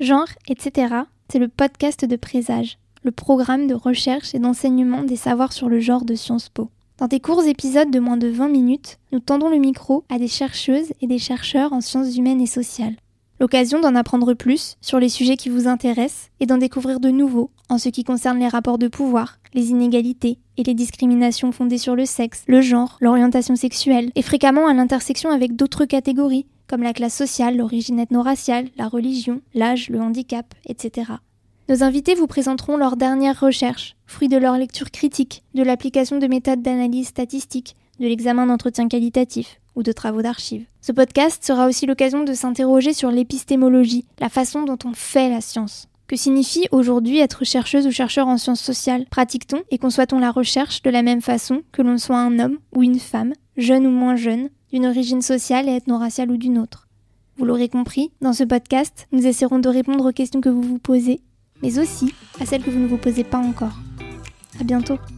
Genre, etc. C'est le podcast de Présage, le programme de recherche et d'enseignement des savoirs sur le genre de Sciences Po. Dans des courts épisodes de moins de 20 minutes, nous tendons le micro à des chercheuses et des chercheurs en sciences humaines et sociales. L'occasion d'en apprendre plus sur les sujets qui vous intéressent et d'en découvrir de nouveaux en ce qui concerne les rapports de pouvoir, les inégalités et les discriminations fondées sur le sexe, le genre, l'orientation sexuelle et fréquemment à l'intersection avec d'autres catégories comme la classe sociale, l'origine ethno-raciale, la religion, l'âge, le handicap, etc. Nos invités vous présenteront leurs dernières recherches, fruits de leur lecture critique, de l'application de méthodes d'analyse statistique, de l'examen d'entretien qualitatif ou de travaux d'archives. Ce podcast sera aussi l'occasion de s'interroger sur l'épistémologie, la façon dont on fait la science. Que signifie aujourd'hui être chercheuse ou chercheur en sciences sociales ? Pratique-t-on et conçoit-on la recherche de la même façon que l'on soit un homme ou une femme, jeune ou moins jeune, d'une origine sociale et ethno-raciale ou d'une autre ? Vous l'aurez compris, dans ce podcast, nous essaierons de répondre aux questions que vous vous posez, mais aussi à celles que vous ne vous posez pas encore. À bientôt.